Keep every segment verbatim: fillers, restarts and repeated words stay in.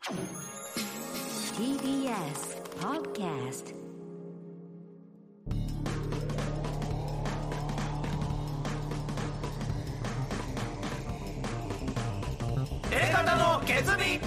ティービーエス Podcast。 エレカタの決意。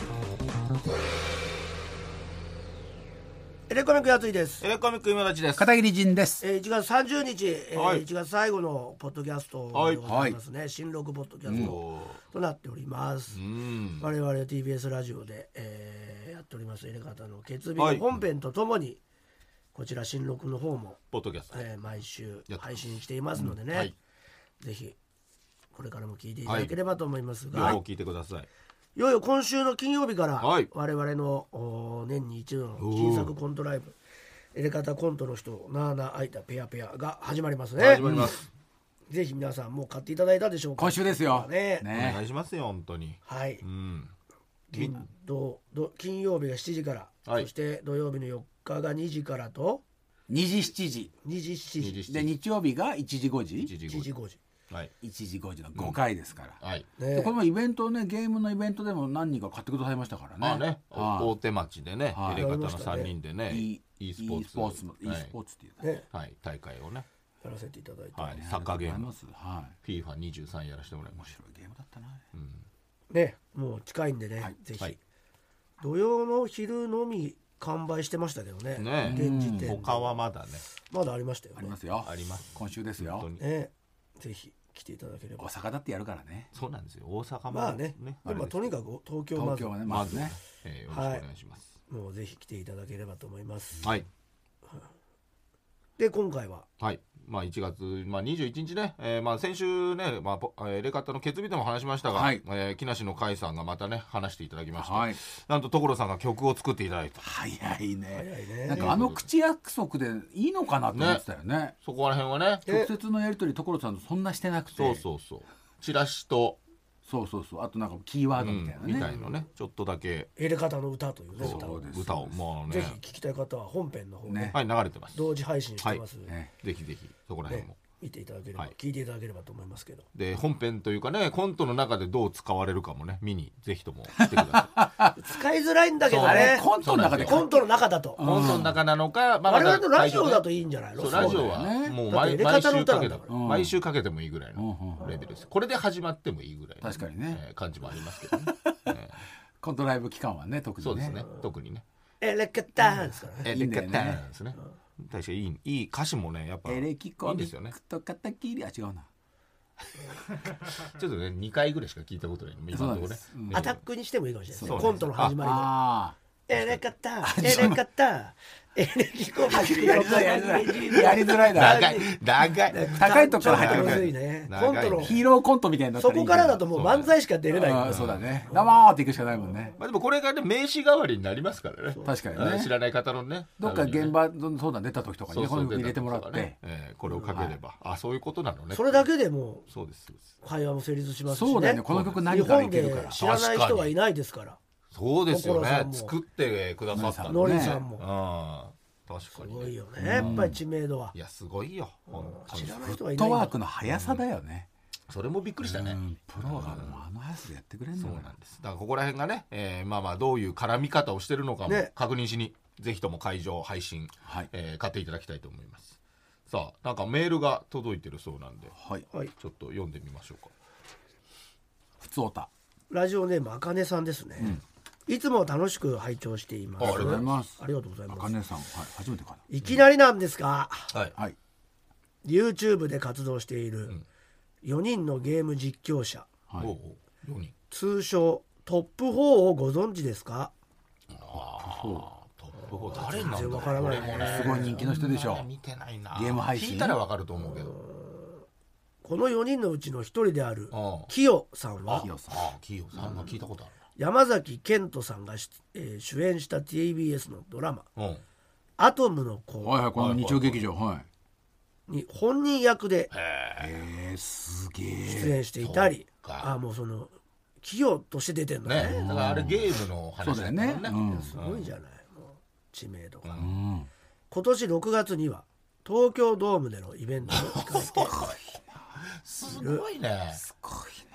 エレコミックやついです。 エレコミック今立ちです。 片桐仁です。 えー、いちがつさんじゅうにち、えーはい、 いちがつ最後のポッドキャストでございますね、はい、新録ポッドキャストとなっております。うん、我々 ティービーエス ラジオで、えー、やっておりますエレカタの決意の本編とともに、はい、こちら新録の方もポッドキャスト、 えー、毎週配信していますのでね、うん、はい、ぜひこれからも聞いていただければと思いますが、 はい、聞いてください。 いよいよ今週の金曜日から、はい、我々の年に一度の新作コントライブエレカタコントの人なーなあいたペアペアが始まりますね。 始まります。 ぜひ皆さんもう買っていただいたでしょうか。 今週ですよ、 ねね、 お願いしますよ本当に。 はい、うん、金, 土土金曜日がしちじから、はい、そして土曜日のよっかがにじからとにじしちじにじしちじで日曜日がいちじごじいちじごじ、 はい、いちじごじのごかいですから、 うん、はいね、でこれもイベントね、ゲームのイベントでも何人か買ってくださいましたからね。 ああね、大手町でね、エレカタのさんにんでね、 e スポーツ e スポーツの e スポーツっていうね、 はい、大会をねやらせていただいて、 はい、サッカーゲーム、はい、フィーファにじゅうさん やらせてもらいました。 面白いゲームだったな、 うん、ね、もう近いんでね、はい、ぜひ、はい、土曜の昼のみ完売してましたけどね、 ね、 現時点他はまだね、 まだありましたよね。 ありますよ、 あります。 今週ですよ、 ね、ぜひ来ていただければ。 大阪だってやるからね。 そうなんですよ、大阪も、 まあね、ね、でもとにかく東京まず、 東京はね、まずね、 えー、よろしくお願いします、 はい、もうぜひ来ていただければと思います。 はい。 で今回は、 はい、まあ、いちがつ、まあ、にじゅういちにちね、えーまあ、先週ね、まあ、エレカタの決意でも話しましたが、はい、えー、木梨の会さんがまたね話していただきまして、はい、なんと所さんが曲を作っていただいた。 早いね、 早いね。 なんかあの口約束でいいのかなと思ってたよね、 ね、そこら辺はね、 直接のやり取り所さんとそんなしてなくて、 そうそうそう、チラシとそうそうそう、あとなんかキーワードみたいなね、 うん、みたいのね、ちょっとだけエレカタの歌というね、 歌を歌をもうね、 ぜひ聞きたい方は本編の方ね、 はい、流れてます、 同時配信してます、 はい、ね、ぜひぜひそこら辺も、ね、 見ていただければ、はい、聞いていただければと思いますけど、 で本編というかね、コントの中でどう使われるかもね、見にぜひとも来てください使いづらいんだけどね、 あれコントの中で、 コントの中だと、 コントの中なのか、まあ、 我々のラジオだといいんじゃないの。 そう、ラジオはもう 毎, 毎週かけても、毎週かけてもいいぐらいのレベルです、うん、これで始まってもいいぐらいの、 確かにね、 えー、感じもありますけどね、えー、 コントライブ期間はね、特にね、 そうですね、特にね、 エレカタですからね、 エレカタですね、うん、確かにいい、いい歌詞もね、やっぱいいんですよね。 と肩切り、あ、違うなちょっとね、にかいぐらいしか聞いたことない、今のところね、 うん、アタックにしてもいいかもしれないですね、コントの始まりのあエレカタエレカタエレキコミックやりづらいやりづらいやりづらいな、 長い長い高いとこから入ってくる、 むずいね、コントのヒーローコントみたいになったらいい、 そこからだともう漫才しか出れないから、 そうだね、どうもーっていくしかないもんね、 まあ、でもこれがね名刺代わりになりますからね、 確かにね、 知らない方のね、 どっか現場相談出た時とかにね、この曲入れてもらって、 ね、えー、これをかければ、うん、あ、そういうことなのね、 それだけでもそうです、そうです、 会話も成立しますしね、 そうだよね、この曲何からいけるから、 日本で知らない人がいないですから、 そうですよね、作ってくださったのりさんも、 うん、確かに、ね、 すごいよね、やっぱり知名度は、 いやすごいよ、 知らない人はいないんだ、 フットワークの速さだよね、 うん、それもびっくりしたね、うん、 プロがもうあの速さでやってくれるんだから、 そうなんです。だからここら辺がね、えー、まあまあどういう絡み方をしてるのかも確認しに、ね、ぜひとも会場配信、はい、えー、買っていただきたいと思います。さあ、なんかメールが届いてるそうなんで、はい、ちょっと読んでみましょうか。 ふつおた、 ラジオネームあかねさんですね、うん、いつも楽しく拝聴しています。 ありがとうございます。 ありがとうございます。 あかねさん、はい、初めてかな。 いきなりなんですが、 はいはい、 YouTube で活動しているよにんのゲーム実況者、 はい、よにん、 通称トップフォーをご存知ですか？ あ、トップフォー誰なんだろう。 全然わからないね。 すごい人気の人でしょ。 見てないな。 ゲーム配信聞いたらわかると思うけど、 このよにんのうちのひとりであるキヨさんは、 キヨさん、あ、キヨさんが聞いたことある。 山崎賢人さんが、えー、主演した ティービーエス のドラマ、 うん、 アトムの子、 はいはい、この日曜劇場、はい、 に本人役で出演していたり、あ、もうその企業として出てるの ね, ね、だからあれゲームの話だよね、 ね、うん、 すごいじゃない、もう知名度が、 うん、 今年ろくがつには東京ドームでのイベントを控えてすごいね、 すごいな、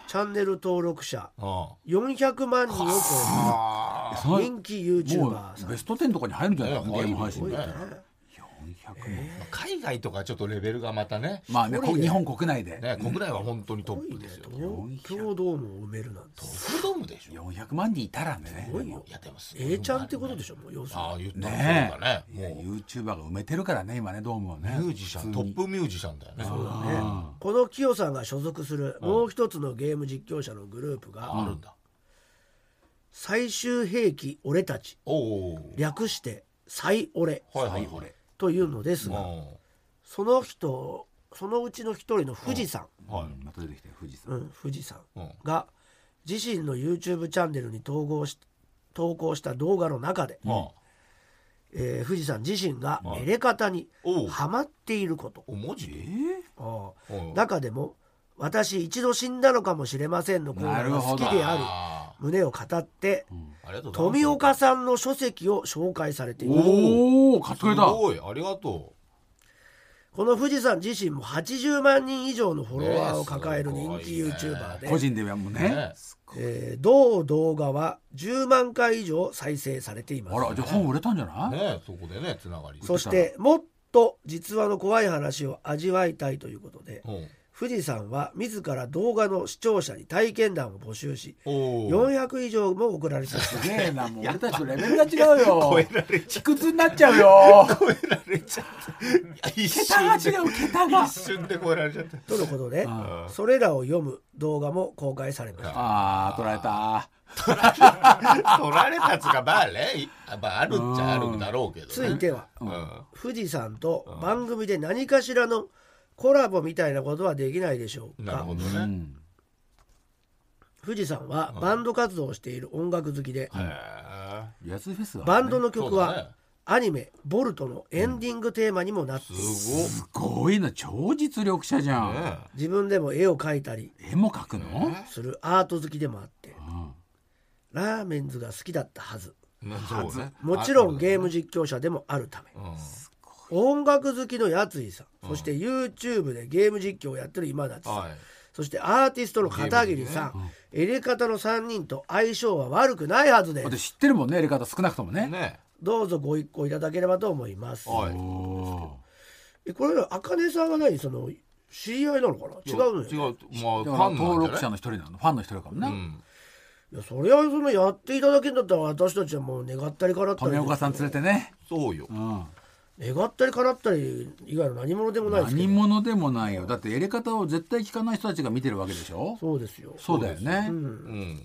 チャンネル登録者よんひゃくまんにんを超える人気 YouTuber さん。 ベストテンとかに入るんじゃないですか、ゲーム配信で。 えー、海外とかちょっとレベルがまたね、 まあね、日本国内で、 ね、国内は本当にトップですよ。 東京ドームを埋めるなんて。 東京ドームでしょ。 よんひゃくまんにんいたらね。 すごいよ。 いやでもすごい A ちゃんってことでしょ、もう要するに。 ああ言ったらそうだね。 いや YouTuber が埋めてるからね、今ね、ドームはね。 ミュージシャン、トップミュージシャンだよね。 そうだね。このキヨさんが所属するもう一つのゲーム実況者のグループがあるんだ。 最終兵器俺たち、略して最俺というのですが、その人そのうちの一人の富士山、 また出てきて富士山、 うん、富士山が自身の YouTube チャンネルに投稿し投稿した動画の中で、うんえー、富士山自身がエレカタにハマっていること、 おマジで、 あ中でも私一度死んだのかもしれませんのコーナーが好きである旨を語って、うん、富岡さんの書籍を紹介されています。 おお、買ってくれた。 すごい、ありがとう。 この富士山自身もはちじゅうまんにん以上のフォロワーを抱える人気 YouTuber で、 個人ではもうね、 えー、同動画はじゅうまんかい以上再生されています。 あら、じゃあ本売れたんじゃない？ ね、そこでね、つながり。 そしてもっと実話の怖い話を味わいたいということで、うん、富士山は自ら動画の視聴者に体験談を募集しよんひゃく以上も送られてた。 すげえな、もう俺たちとレベルが違うよ。 超えられちゃう、 卑屈になっちゃうよ。 超えられちゃう、 桁が違う、桁が一瞬で超えられちゃった。 とのことで、それらを読む動画も公開されました。 ああ、取られた。 取られたつか、まあね、まあ、あるっちゃあるだろうけどね。 ついては、うん、富士山と番組で何かしらのコラボみたいなことはできないでしょうか。 なるほどね、うん、 富士山はバンド活動をしている音楽好きで、 うん、 バンドの曲はアニメボルトのエンディングテーマにもなっている、うん、 すごいな、超実力者じゃん、ね、 自分でも絵を描いたり絵も描くのするアート好きでもあって、うん、ラーメンズが好きだったはず、 ね、 もちろんゲーム実況者でもあるため、うん、音楽好きのやついさん、うん、そして YouTube でゲーム実況をやってる今立さん、はい、そしてアーティストの片桐さん、ね、うん、エレカタのさんにんと相性は悪くないはずです。 知ってるもんね、エレカタ少なくとも ね, ねどうぞご一行いただければと思います。はい、えこれあかねさんが何その知り合いなのかな。違うのよ、 違う、まあ、ファン登録者の一人なの、ファンの一人かもね、うん、 いやそれはそのやっていただけるんだったら私たちはもう願ったり叶ったり、 富岡さん連れてね、 そうよ、うん、 願ったり叶ったり以外の何者でもないですけど。 何者でもないよ。だってエレカタを絶対聞かない人たちが見てるわけでしょ。 そうですよ。 そうだよね、うんうん、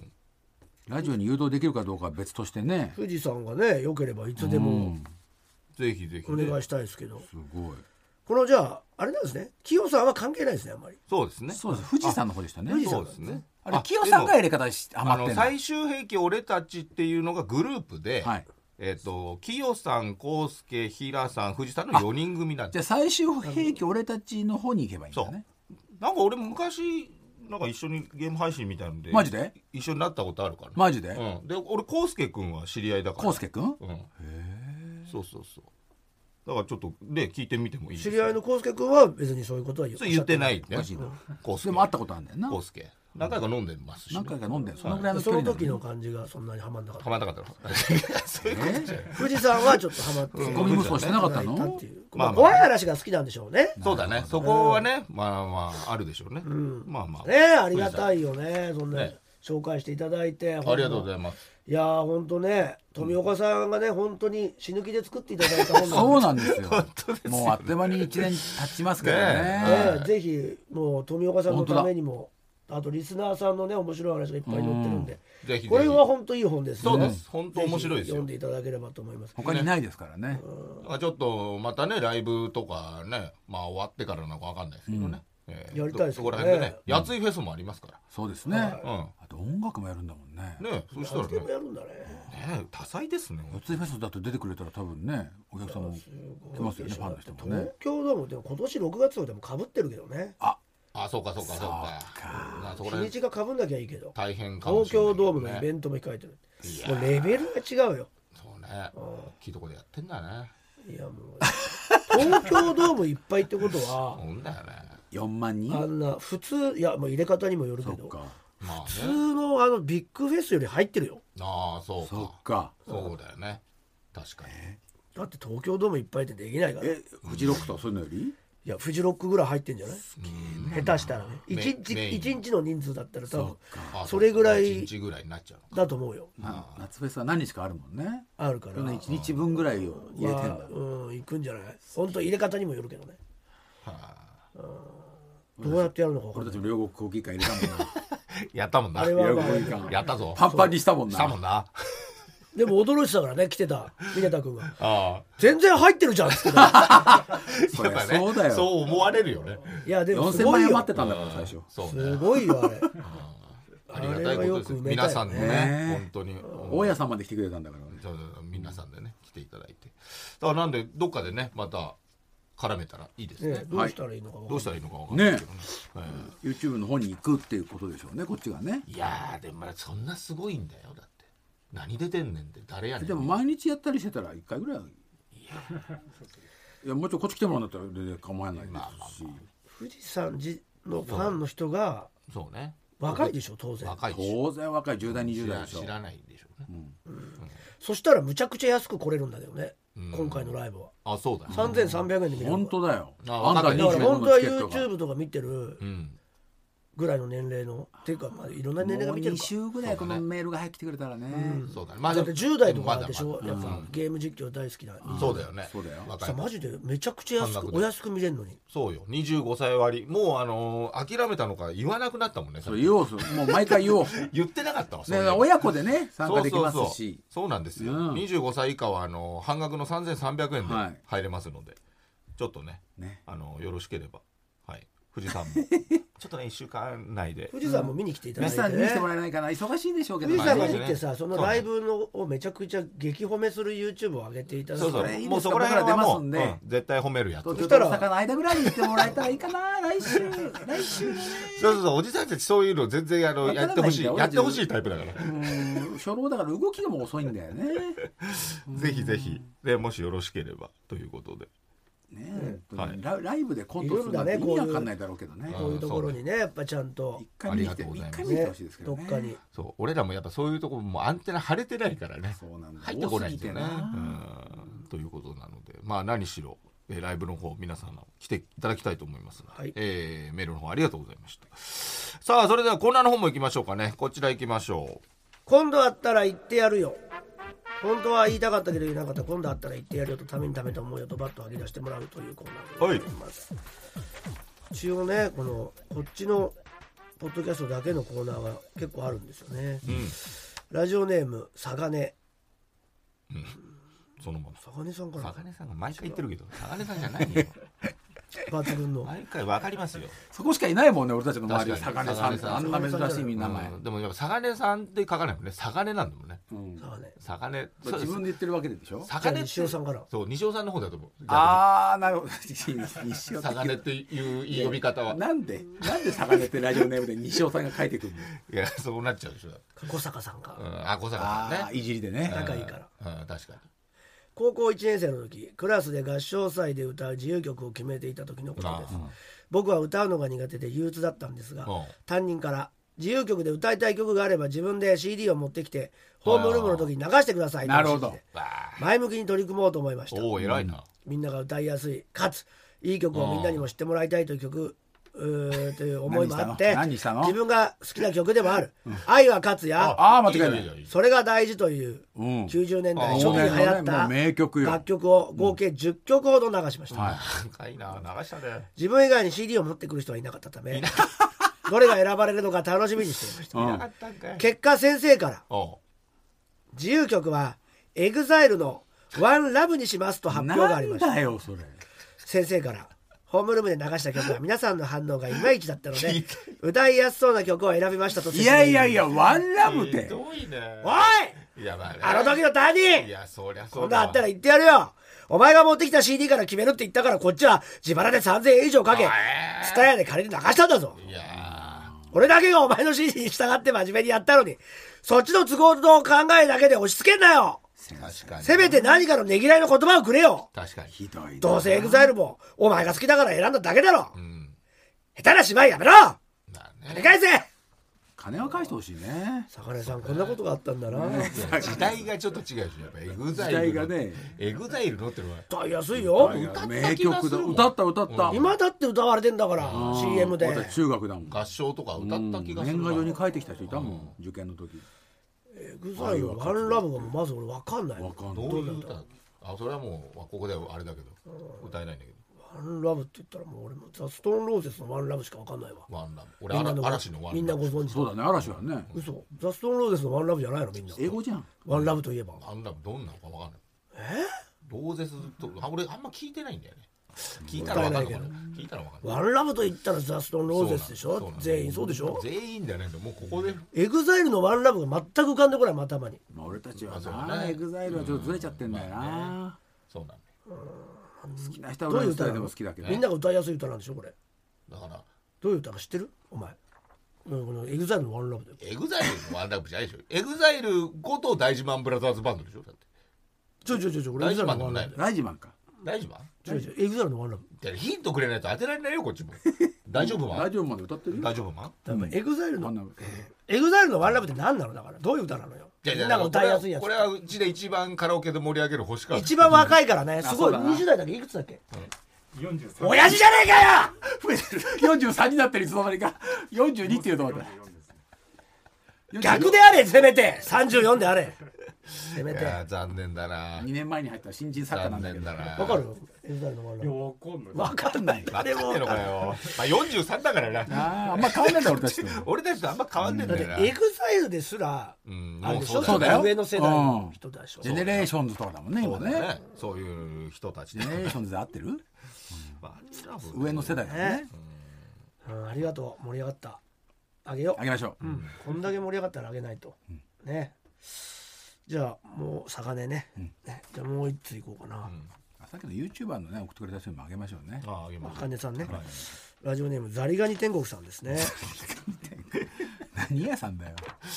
ラジオに誘導できるかどうかは別としてね、 富士山がね良ければいつでも、うん、 ぜひぜひ、 お願いしたいですけど。 すごい。 このじゃああれなんですね、清さんは関係ないですね、あんまり。 そうですね、 そうです、富士山の方でしたね。 富士山そうですね。 あれ清さんがエレカタにハマってんの。 最終兵器俺たちっていうのがグループで、はい、えー、と清さん、康介、平さん、富士山のよにん組なんで。 じゃあ最終兵器俺たちの方に行けばいいんだね。 なんか俺昔なんか一緒にゲーム配信みたいなのでマジで一緒になったことあるから、ね、 マジで、 うん、で俺康介くんは知り合いだから。 康介くん、うん、へえ。そうそうそう、だからちょっとね聞いてみてもいいですか。 知り合いの康介くんは別にそういうことは言ってない。 言ってないね、 うん、でも会ったことあるんだよな、 康介何回か飲んでますし、ね、 何回か飲んでる、そのぐらいの距離なのに。その時の感じがそんなにハマんなかった。 ハマんなかったのそういうことじゃない。 富士山はちょっとハマってゴミ無双してなかったの。 まあ怖い話が好きなんでしょうね。 そうだね、そこはね、まあまああるでしょうね、うん、まあまあね、ありがたいよね、そんな紹介していただいて。 ありがとうございます。 いやー本当ね、富岡さんがね本当に死ぬ気で作っていただいた本そうなんですよもうあっという間にいちねん経ちますからね。 ねね、ぜひもう富岡さんのためにも、あとリスナーさんのね面白い話がいっぱい載ってるんで、 うん、ぜひぜひこれは本当いい本ですね。 そうです、本当面白いですよ。 読んでいただければと思います。 他にないですからね。 うん、ちょっとまたねライブとかね、まあ終わってからなのか分かんないですけどね、うん、えー、 やりたいですね。 そこら辺でね、やついフェスもありますから。 そうですね、はい、うん、あと音楽もやるんだもんね。 ね、そしたらね、 やるんだね。 ね、多彩ですね。 やついフェスだと出てくれたら多分ねお客さんも来ますよね、ファンの人もね。 東京ドームでも今年ろくがつでも被ってるけどね。 ああ、そうかそうかそうか。 日にちが被んなきゃいいけど大変かもしれない、ね、 東京ドームのイベントも控えてる。もうレベルが違うよ。 そうね、大きいとこでやってんだね。 いやもう東京ドームいっぱいってことはそうだよね、 よんまんにん。 あんな普通、いやもう入れ方にもよるけどまあね、 普通のあのビッグフェスより入ってるよ。 ああそうかそっか、 そうだよね、確かに。 だって東京ドームいっぱいでできないから。 えフジロックとかそういうのより、 いやフジロックぐらい入ってんじゃない、下手したらね。 メ一日メイン一日の人数だったら多分あそれぐらいいちにちぐらいになっちゃうのか。 だと思うよ。 夏フェスは何日かあるもんね。 あるからそのいちにちぶんぐらいを入れてんだ、 まあうん行くんじゃない。本当入れ方にもよるけどね。 はあ、 どうやってやるのか分かんない。 俺たちも両国国技館入れたもんなやったもんな。 あれは両まあ国国技館やったぞ。 パンパンにしたもんな。 したもんな。 でも驚いてたからね、来てた峰田君があ全然入ってるじゃんっつってた。 あ、 そりゃやっぱねそうだよ。 そう思われるよね。 いやでもよんせんすごいよ万円待ってたんだから最初。 そうすね。 ごいよあれ。 ありがたいことです。 あれはよく埋めたよね皆さんのね、 ね本当に。 大家さんまで来てくれたんだから。 そうそうそう皆さんでね来ていただいて。だからなんでどっかでねまた絡めたらいいですね。 ね、どうしたらいいのか分かんない。 どうしたらいいのかわかんないけどね。え YouTube の方に行くっていうことでしょうね、こっちがね。 えいやーでもまだそんなすごいんだよだって。何出てんねんって誰やねん。 でも毎日やったりしてたらいっかいぐらい。いやもうちょいこっち来てもらうんだったら全然構わないですし。 富士山寺のファンの人がそうね。 若いでしょ当然。 若いし当然若いじゅう代にじゅう代でしょ。 知らないでしょうね。 そしたらむちゃくちゃ安く来れるんだけどね、 うん今回のライブはあそうだよ。 さんぜんさんびゃくえんで見れる。 本当だよ。 ああんた若いだからにじゅうえん本当はのチケットが YouTube とか見てるうん。 ぐらいの年齢のっていうか、まあ、いろんな年齢が見てるにか。 週ぐらいこのメールが入ってきてくれたらね。 そうだね。まあだってじゅう代とかまだでしょ、 まだやっぱゲーム実況大好きな、 そうだよね。 そうだよ若いさマジでめちゃくちゃ安半額でくお安く見れるのに。 そうよ。にじゅうごさい割もうあのー諦めたのか言わなくなったもんね。 そう言おう、もう毎回言おう。 言ってなかったわ。そねういえば親子でね参加できますそうそうそうし。 そうなんですよ、 うんにじゅうごさい以下はあの半額のさんぜんさんびゃくえんではい入れますので、ちょっとねね。 あのよろしければ、はい、富士山もちょっとねいっしゅうかん内で富士山も見に来ていただいてね。 皆さんに見せてもらえないかな、忙しいでしょうけどね。 富士山が見てねさ、そのライブのをめちゃくちゃ激褒めする YouTube を上げていただそうそうくとれいいですかもうそこら辺はもう、 僕ら出ますんでうん絶対褒めるやつ。そう東京と大阪の間ぐらいに行ってもらえたらいいかな、来週来週のね。 そうそう、おじさんたちそういうの全然あのわからないんだよやってほしい俺やってほしいタイプだから、 うん初老だから動きがもう遅いんだよね。 ぜひぜひでもしよろしければということで、 ねえ、 はいラライブでコントするなんて意味わかんないだろうけどね。 こういうところにねやっぱちゃんと一回見に来てありが一とうございます回見に来てほしいですけどね。 どっかにそう俺らもやっぱそういうところもアンテナ張れてないからね、 そうなんだ。 入ってこないんですよね多すぎてなうんということなので、まあ何しろえーライブの方皆さん来ていただきたいと思いますので、 はいえーメールの方ありがとうございました。さあそれではコーナーの方も行きましょうかね。こちら行きましょ今度会ったら言ってやるよ。本当は言いたかったけど言えなかった。今度会ったら言ってやるよとためにためと思うよとバッと吐き出してもらうというコーナーでございます、一応ねこのこっちのポッドキャストだけのコーナーが結構あるんですよね、 う、うん、 ラジオネームさがね。 そのものさがねさんから坂根さんが毎回言ってるけど坂根さんじゃないよ抜群の毎回わかりますよ。 そこしかいないもんね、俺たちの周りは。 確かに坂根さんってあんな珍しい名前。 うんでもやっぱ坂根さんって書かないもんね。坂根なんだもんね。 うんさがね坂根自分で言ってるわけでしょ。 坂根って西尾さんからそう西尾さんの方だと思う。 ああ、なるほど。西尾坂根っていう言い呼び方はなんでなんで坂根ってラジオネームで西尾さんが書いてくるの。 いやそうなっちゃうでしょ。 小坂さんか、 うんあ小坂さんああ、 ね。 いじりでね。 仲いいからうん確かに。 高校いちねん生の時クラスで合唱祭で歌う自由曲を決めていた時のことです。僕は歌うのが苦手で憂鬱だったんですが、 うん担任から自由曲で歌いたい曲があれば自分で シーディー を持ってきてホームルームの時に流してくださいとなるほど指示でわ前向きに取り組もうと思いましたおお偉いな。 みんなが歌いやすいかついい曲をみんなにも知ってもらいたいという曲うーという思いもあって何したの自分が好きな曲でもある「愛は勝つ」やああ、間違いない。 いそれが大事といううんきゅうじゅうねんだいあ初期に流行っもうた名曲よ。 楽曲を合計じゅっきょくほど流しました、 はい。 高いな流したね。 自分以外に シーディー を持ってくる人はいなかったためどれが選ばれるのか楽しみにしていました、 うんなかったんかい。 結果先生からおう自由曲は エグザイル の「ワンラブにしますと発表がありましたなんだよ、それ。 先生からホームルームで流した曲は皆さんの反応がいまいちだったので歌いやすそうな曲を選びましたと説い明やいやいや、ワンラブっひて。 どいね。 おいいやまあねあの時の担い任やそりゃそ今うだわ。 度あったら言ってやるよ。お前が持ってきた シーディー から決めるって言ったからこっちは自腹でさんぜんえん以上かけえーツタヤで借りて流したんだぞ。 いや俺だけがお前の指示に従って真面目にやったのにそっちの都合と考えだけで押し付けんなよ。 確かに。 せめて何かのねぎらいの言葉をくれよ。 確かに。 ひどいな。 どうせ エグザイル もお前が好きだから選んだだけだろ。 うん。 下手な芝居やめろ。 まあね金返せ。 金は返してほしいね。 坂根さんこんなことがあったんだな、ね、 時代がちょっと違うし、やっぱエグザイル時代がね、 エグザイルのってのは歌いやすいよ。 名曲だ。歌った歌った、 うん、今だって歌われてんだから シーエム で。 私中学だもん。 合唱とか歌った気がする。 年賀状に書いてきた人いたもん、うん、受験の時。 エグザイルワンラブがまず俺分かんない。 分かんない。どういう歌だっけ。あ、それはもうここではあれだけど、うん、歌えないんだけど。 ワンラブって言ったらもう俺もザ・ストーンローゼスのワンラブしか分かんないわ。 ワンラブ。俺嵐のワンラブ。 みんなご存知。 そうだね、嵐はね。 嘘。ザ・ストーンローゼスのワンラブじゃないのみんな。 英語じゃん。 ワンラブといえば。 ワンラブどんなのか分かんない。 え？ ローゼスと俺あんま聞いてないんだよね。聞いたら分かる。聞いたら分かる。 ワンラブと言ったらザ・ストーンローゼスでしょ。全員そうでしょ。 全員だよね。もうここで。 エグザイルのワンラブが全く浮かんでこない頭に。 まあ俺たちはな、エグザイルはちょっとずれちゃってんだよな。 そうなんだ。 好きな人は俺の歌でも好きだけど、 みんなが歌いやすい歌なんでしょこれ。 だからどういう歌か知ってるお前。このエグザイルのワンラブで。 エグザイルのワンラブじゃないでしょ。エグザイルごと大事マンブラザーズバンドでしょ。だってちょちょちょちょ、 大事マンでもないの。 大事マンか。 大丈夫？ ちょちょエグザイルのワンラブ。 ヒントくれないと当てられないよこっちも。大丈夫マン？ 大丈夫マンで歌ってるよ。 大丈夫マン？ 多分エグザイルのエグザイルのワンラブって何なのだからどういう歌なのよ。みんなが歌いやすいやつ。 これはうちで一番カラオケで盛り上げる星川。 一番若いからね。すごい。にじゅう代だけいくつだっけ？ よんじゅうさん。 親父じゃねえかよ。 増えてる。よんじゅうさんになってるいつの間にか。よんじゅうにっていうと思った。 逆であれせめてさんじゅうよんであれ。せめて。 残念だな。 にねんまえに入った新人作家なんだけど。 わかる？エグザイルのワンラブ。 わかんない。 わかんない。 わかんないのかよ。まあよんじゅうさんだからな。 ああんま変わんないんだ俺たちと。 俺たちとあんま変わんないんだよな。 エグザイルですらあれでしょ。 そうだよ。 上の世代の人でしょ。 ジェネレーションズとかだもんね今ね。 そういう人たち。 ジェネレーションズで合ってる？上の世代だね。 ありがとう。盛り上がった。あげよう。 あげましょう。 こんだけ盛り上がったらあげないとね。じゃあもう坂根ね。じゃあもう一ついこうかな。 さっきの YouTuber のね送ってくれた人にもあげましょうね。 ああげましょう。 坂根さんね。ラジオネームザリガニ天国さんですね。 何屋さんだよ。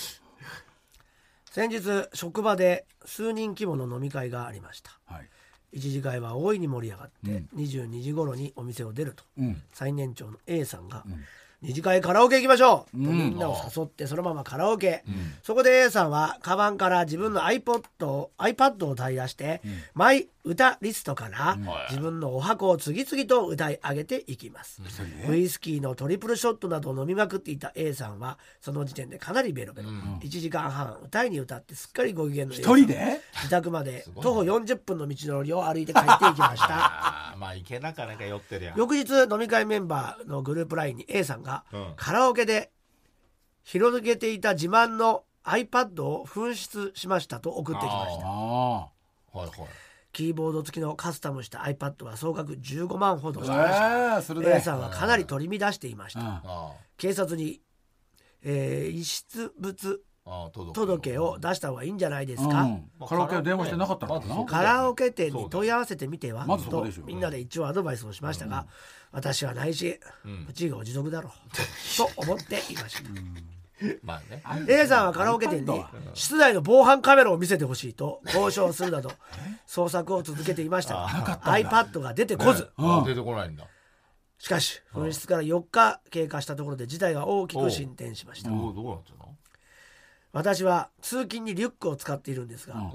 先日職場で数人規模の飲み会がありました。一次会は大いに盛り上がって、にじゅうにじ頃にお店を出ると、最年長の A さんが、二次会カラオケ行きましょう、とみんなを誘ってそのままカラオケ、そこで A さんはカバンから自分の iPod を iPad を取り出して、マイ歌リストから自分のお箱を次々と歌い上げていきます、ウイスキーのトリプルショットなどを飲みまくっていた A さんはその時点でかなりベロベロ、いちじかんはん歌いに歌ってすっかりご機嫌の A さん、 一人で自宅まで徒歩よんじゅっぷんの道のりを歩いて帰っていきましたあまあ行けなかなか寄ってるやん。 翌日飲み会メンバーのグループ ライン に A さんが、うん、カラオケで広げていた自慢の iPad を紛失しましたと送ってきました。 はいはい、 キーボード付きのカスタムした iPad は総額じゅうごまんほどしました。 えー、 A さんはかなり取り乱していました。警察に、えー、遺失物届を出した方がいいんじゃないですか、うん、 カラオケは電話してなかったのかな、 カラオケ店に問い合わせてみては、ま、とみんなで一応アドバイスをしましたが、うん、私はないし、うん、うちがお持続だろうと思っていました、うんまあね、A さんはカラオケ店に室内の防犯カメラを見せてほしいと交渉するなど捜索を続けていましたがiPad が出てこず、ねうん、出てこないんだ。 しかし紛失からよっか経過したところで事態が大きく進展しました。 どうどうなったの？ 私は通勤にリュックを使っているんですが、うん、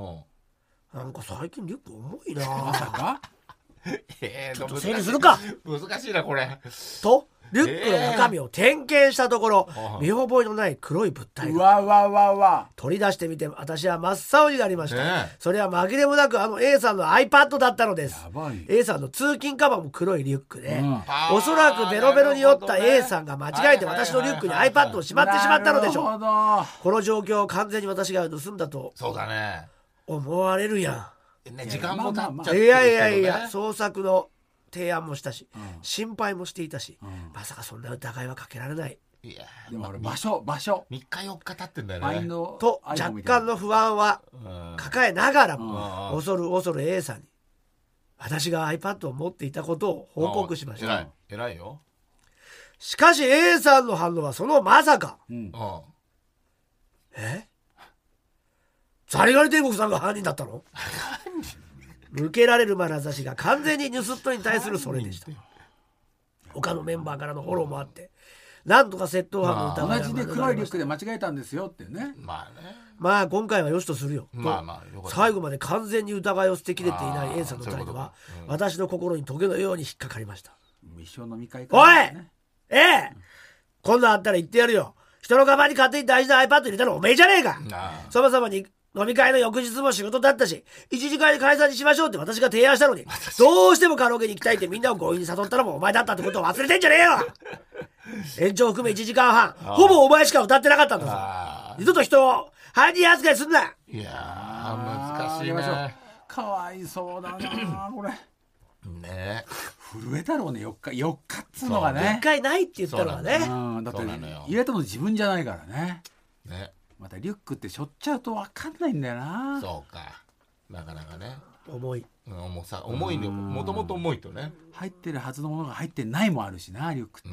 なんか最近リュック重いなぁえー、 ちょっと整理するか難しいなこれとリュックの中身を点検したところ、えー、見覚えのない黒い物体がわわわわ取り出してみて私は真っ青になりました、えー、それは紛れもなくあの A さんの iPad だったのです。 A さんの通勤カバンも黒いリュックで、うん、おそらくベロベロに酔った A さんが間違えて私のリュックに iPad をしまってしまったのでしょう。この状況を完全に私が盗んだとそうだね思われるやん、ね、時間も経っちゃってるけど、 ね、いやいやいや捜索の提案もしたし、うん、心配もしていたし、うん、まさかそんな疑いはかけられない。 いやでも俺場所場所みっかよっか経ってんだよねと若干の不安は抱えながらも、うん、恐る恐る A さんに私が iPad を持っていたことを報告しました。 偉い偉いよ。 しかし A さんの反応はそのまさか、うん、えザリガニ天国さんが犯人だったの向けられる眼差しが完全に盗っ人に対するそれでした。他のメンバーからのフォローもあってなんとか窃盗犯の疑いが同じで黒いリュックで間違えたんですよってね。 まあね、 まあ今回はよしとするよ、 まあまあよかった。 最後まで完全に疑いを捨てきれていない A さんの態度は、うん、私の心にトゲのように引っかかりました。 一生飲み会か、ね、おい A、うん、今度あったら言ってやるよ。人のカバンに勝手に大事な iPad 入れたのおめえじゃねえか。そもそもに飲み会の翌日も仕事だったし、一次会で解散にしましょうって私が提案したのに、どうしてもカラオケに行きたいってみんなを強引に誘ったのもお前だったってことを忘れてんじゃねえよ。延長含めいちじかんはん、ほぼお前しか歌ってなかったんだぞ。二度と人を犯人扱いすんな。 いやー難しいね。 かわいそうだなこれね。 震えたろうね。よっかよっかっつうのがね、 いっかいないって言ったのはね。 うん、だって入れたの自分じゃないからね。 ね、 またリュックってしょっちゃうと分かんないんだよな。 そうか、なかなかね。 重い、 重さ重いの、もともと重いとね、 入ってるはずのものが入ってないもあるしな、リュックって。 うん、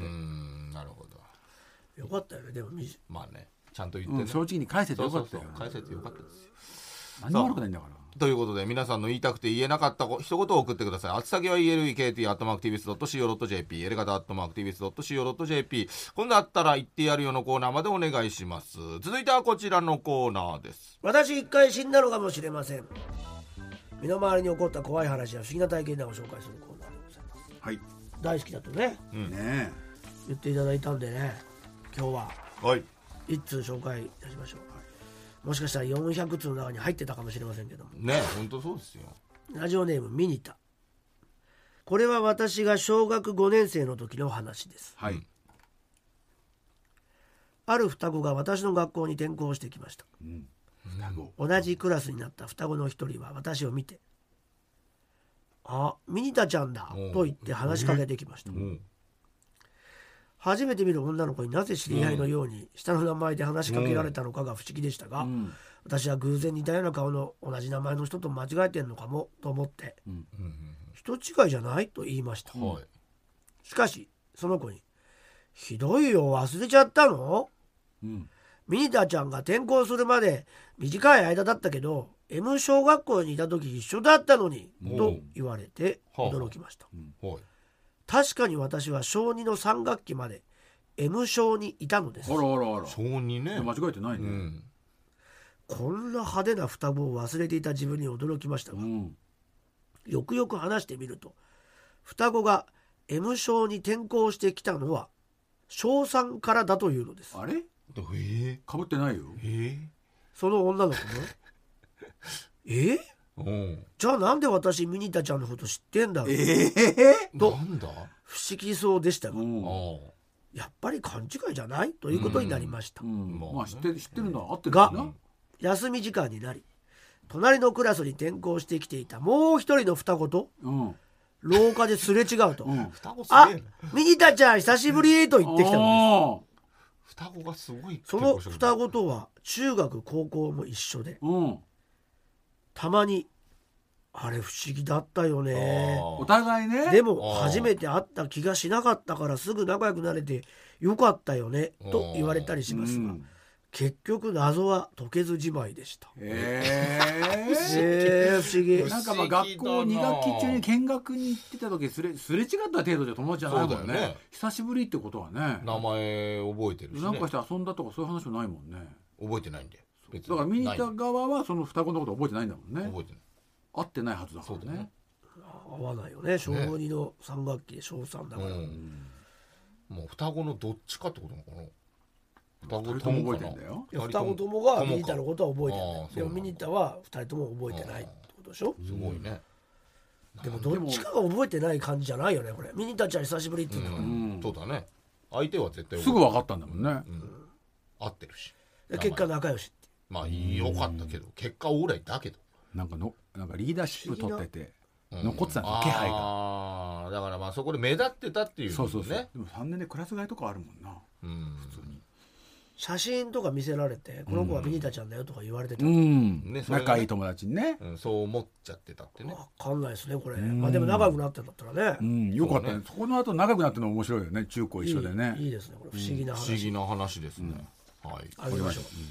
なるほど。 よかったよね。でもまあね、ちゃんと言ってね、うん、 正直に返せてよかったよ。 そうそうそう、返せてよかったですよ。 何も悪くないんだから。 ということで、皆さんの言いたくて言えなかった一言を送ってください。あつ先は イーエルイーケーティー アットマーク ティービーエス ドット シーオー ドット ジェーピー エレガタ アットマーク ティービーエス ドット シーオー ドット ジェーピー。 今度あったら言ってやるよのコーナーまでお願いします。続いてはこちらのコーナーです。 私一回死んだのかもしれません。身の回りに起こった怖い話や不思議な体験談を紹介するコーナーでございます。 はい、 大好きだとね、 うん、ね言っていただいたんでね、今日ははい一通紹介いたしましょう。もしかしたらよんひゃくつの中に入ってたかもしれませんけどもね。本当そうですよ。 ラジオネームミニタ。これは私が小学ごねん生の時の話です。 はい。 ある双子が私の学校に転校してきました、うん、同じクラスになった双子の一人は私を見て、あ、ミニタちゃんだと言って話しかけてきました、うん、初めて見る女の子になぜ知り合いのように下の名前で話しかけられたのかが不思議でしたが、うん、私は偶然似たような顔の同じ名前の人と間違えてんのかもと思って、うん、人違いじゃないと言いました、うん、しかしその子に、ひどいよ、忘れちゃったの、うん、ミニタちゃんが転校するまで短い間だったけど M 小学校にいた時一緒だったのに、うん、と言われて驚きました、うんうん、確かに私は小にのさん学期まで M 小にいたのです。 あらあらあら、 小にね、 間違えてないね、うん、 こんな派手な双子を忘れていた自分に驚きましたが、うん、よくよく話してみると双子が M 小に転校してきたのは小さんからだというのです。 あれ、 えー、 かぶってないよ、 えー、 その女の子ねえー、じゃあなんで私ミニタちゃんのこと知ってんだろう、 えー、となんだ不思議そうでしたが、 うん、 やっぱり勘違いじゃないということになりました、 うんうん、まあ知ってる知ってるのは合ってるが、休み時間になり隣のクラスに転校してきていたもう一人の双子と、うん、廊下ですれ違うと、うん、あ、ミニタちゃん久しぶりと言ってきたのです。 双子がすごい。 その双子とは中学高校も一緒で、うん、たまにあれ不思議だったよね、 お互いね。 でも初めて会った気がしなかったからすぐ仲良くなれてよかったよねと言われたりしますが、うん、結局謎は解けずじまいでした。 へーえー、不思議。 なんかまあ学校に学期中に見学に行ってた時すれすれ違った程度じゃ友達じゃないもん ね, ね久しぶりってことはね、 名前覚えてるし、ね、 なんかして遊んだとかそういう話もないもんね。 覚えてないんで、 だからミニタ側はその双子のこと覚えてないんだもんね。 覚えてない、 会ってないはずだから ね, そうだね。 合わないよね、小にのさん学期で小さんだから、ね、うん、 もう双子のどっちかってことなのかな。 双子とも覚えてんだよ。 双子ともがミニタのことは覚えてない。でもミニタはふたりとも覚えてないってことでしょ。 すごいね。 でもどっちかが覚えてない感じじゃないよねこれ。ミニタちゃん久しぶりって言うんだから、うん、 そうだね。相手は絶対すぐ分かったんだもんね、うん、 合ってるし結果仲良しって。 まあ良かったけど結果オーライだけどなんかのなんかリーダーシップ取ってて残ってたの、うん、気配が。 ああだからまあそこで目立ってたっていう、ね、 そうそうそう。でもさんねんでクラス替えとかあるもんな、うん、普通に写真とか見せられてこの子はミニタちゃんだよとか言われてた、 うんね、仲いい友達にね、 うん、そう思っちゃってたってね。 分かんないですねこれ、まあ、でも仲良くなってたったらね、 うん、よかった ね, そ, ねそこの後仲良くなってるの面白いよね。中高一緒でね。 いい, いいですねこれ不思議な話、 うん、不思議な話ですね、うん、はい。 ありましょう、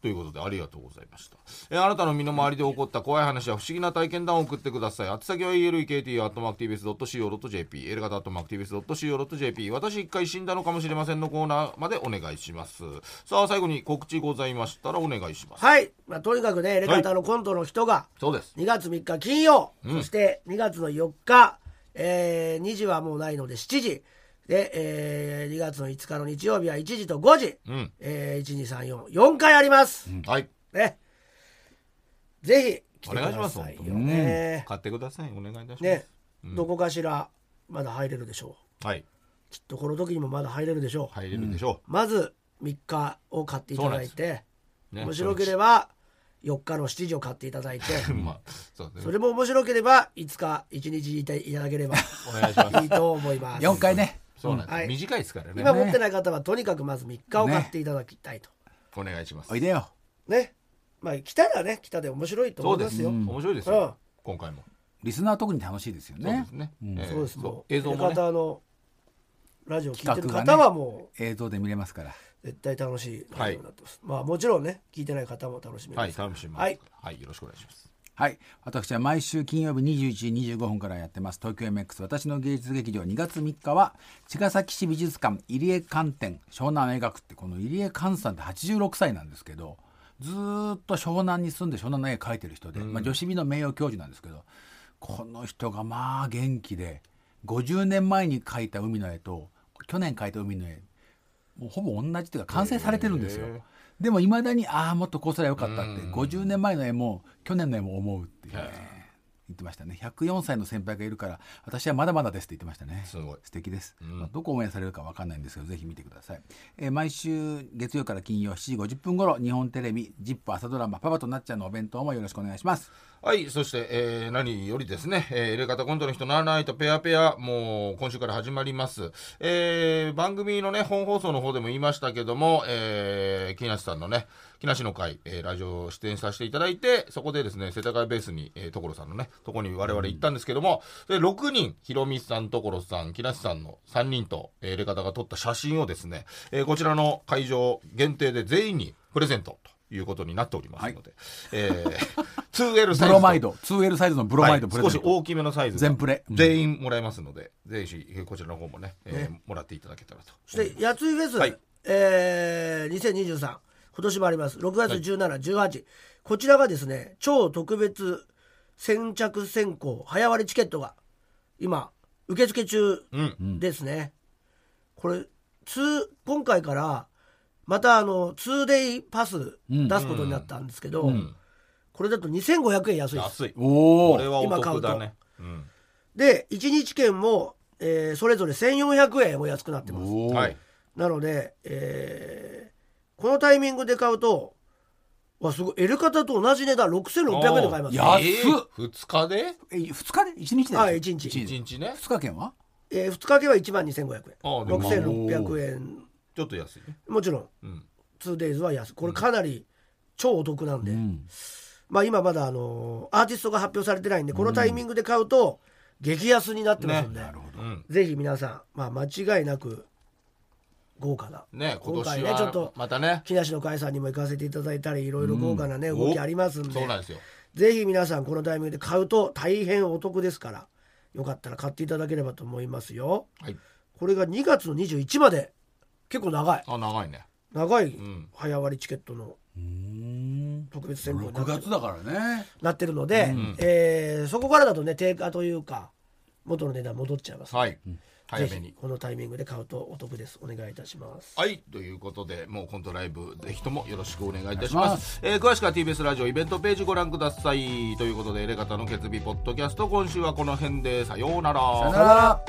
ということでありがとうございました。えー、あなたの身の回りで起こった怖い話や不思議な体験談を送ってください。宛先は イーエルイーケーティー アットマーク ティービーエス ドット シーオー ドット ジェーピー エルガタ アットマーク ティービーエス ドット シーオー ドット ジェーピー 私一回死んだのかもしれませんのコーナーまでお願いします。さあ最後に告知ございましたらお願いします。 はい、まあ、とにかくねエレガタのコントの人がそうですにがつみっか金曜、 うん、 そしてにがつのよっか、えー、にじはもうないのでしちじで、えー、にがつのいつかの日曜日はいちじとごじ、うんえー、いちにさんよん、よんかいあります、うん、 はいね、ぜひ来てくださいよお願いします、 ね、 うん、買ってください、お願いいたします、 ねうん、どこかしらまだ入れるでしょう。はい、 きっとこの時にもまだ入れるでしょう。 入れるでしょう、うん、 まずみっかを買っていただいて、ね、面白ければよっかのしちじを買っていただいて、まあ そ, う、ね、それも面白ければいつかいちにちいていただければお願いしますいいと思います。 よんかいね、 そうなんです、はい、短いですからね。 今持ってない方はとにかくまずみっかを買っていただきたいと、ね、 お願いします。 おいでよね、まあ来たらね来たで面白いと思いますよ。 そうです、うん、面白いですよ、うん、今回もリスナーは特に楽しいですよね。 そうですね、 うんえー、そうです。もう映像もね方のラジオ聞いてる方はもう、ね、映像で見れますから絶対楽しい内容になってます、はい、まあもちろんね聞いてない方も楽しめます。 はい、楽しみます。 はい、 はい、よろしくお願いします。 はい、私は毎週金曜日にじゅういちじにじゅうごふんからやってます東京 エムエックス 私の芸術劇場。にがつみっかは茅ヶ崎市美術館入江館展湘南を描くって、この入江館さんってはちじゅうろくさいなんですけど、ずっと湘南に住んで湘南の絵描いてる人で、まあ、女子美の名誉教授なんですけど、この人がまあ元気でごじゅうねんまえに描いた海の絵と去年描いた海の絵もうほぼ同じというか完成されてるんですよ。でもいまだにああもっとこうすればよかったってごじゅうねんまえの絵も去年の絵も思うっていうね言ってましたね。ひゃくよんさいの先輩がいるから私はまだまだですって言ってましたね。 すごい素敵です、 うんまあ、どこ応援されるか分かんないんですけどぜひ見てください、えー、毎週月曜から金曜しちじごじゅっぷん頃日本テレビ ジップ 朝ドラマパパとなっちゃんのお弁当もよろしくお願いします。 はい、そして、えー、何よりですね、えー、入れ方コントの人ならないとペアペアもう今週から始まります、えー、番組のね本放送の方でも言いましたけども、えー、木梨さんのね木梨の会、えー、ラジオ出演させていただいて、そこでですね世田谷ベースに、えー、所さんのねとこに我々行ったんですけども、うん、でろくにんひろみさん所さん木梨さんのさんにんと、えー、入れ方が撮った写真をですね、えー、こちらの会場限定で全員にプレゼントということになっておりますので、はいえー、ツーエル サイズブロマイド ツーエル サイズのブロマイドプレゼント、 はい、少し大きめのサイズ全プレ、 うん、全員もらえますのでぜひこちらの方も ね, えーねもらっていただけたらと。 そしてやついフェス、はいえー、にせんにじゅうさん今年もあります。ろくがつじゅうしち、じゅうはち、はい、こちらがですね超特別先着先行早割チケットが今受付中ですね、うん、これ今回からまたあの ツーデイ パス出すことになったんですけど、うんうん、これだとにせんごひゃくえん安いです。 安い。おこれはお得だね。 うん、でいちにち券も、えー、それぞれせんよんひゃくえんも安くなってます。 はい、 なので、えー、このタイミングで買うとわすごいエレカタと同じ値段ろくせんろっぴゃくえんで買えます。 安っ、えー、ふつかでえふつかでいちにちではいいちにちいちにちね。 ふつか券は、 えー、ふつか券はいちまんにせんごひゃくえんろくせんろっぴゃくえんちょっと安いね。 もちろん、うん、ツーデイズは安い。これかなり超お得なんで、うん、まあ今まだあのー、アーティストが発表されてないんでこのタイミングで買うと激安になってますんで、ね、なるほどぜひ皆さん、まあ、間違いなく豪華な、 ね、今年は今回ねちょっとまたね木梨の会さんにも行かせていただいたりいろいろ豪華なね、うん、動きありますんで、 そうなんですよ。 ぜひ皆さんこのタイミングで買うと大変お得ですからよかったら買っていただければと思いますよ、はい、これがにがつのにじゅういちまで結構長い。 あ長いね。 長い早割チケットの特別選考になってる、 ろくがつだからねなってるので、うんえー、そこからだとね定価というか元の値段戻っちゃいます、 はいうん、早めにこのタイミングで買うとお得です。お願いいたします。 はいということでもうコントライブぜひともよろしくお願いいたします。えー、詳しくは ティービーエス ラジオイベントページご覧くださいということでエレガタの決日ポッドキャスト今週はこの辺でさようなら。 さようなら。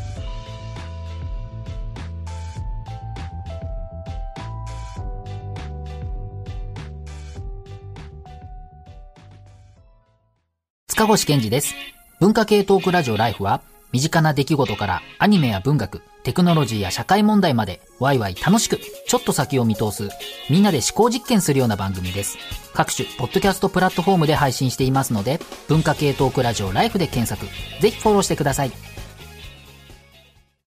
塚越健二です。文化系トークラジオライフは身近な出来事からアニメや文学、テクノロジーや社会問題までワイワイ楽しくちょっと先を見通すみんなで思考実験するような番組です。各種ポッドキャストプラットフォームで配信していますので文化系トークラジオライフで検索ぜひフォローしてください。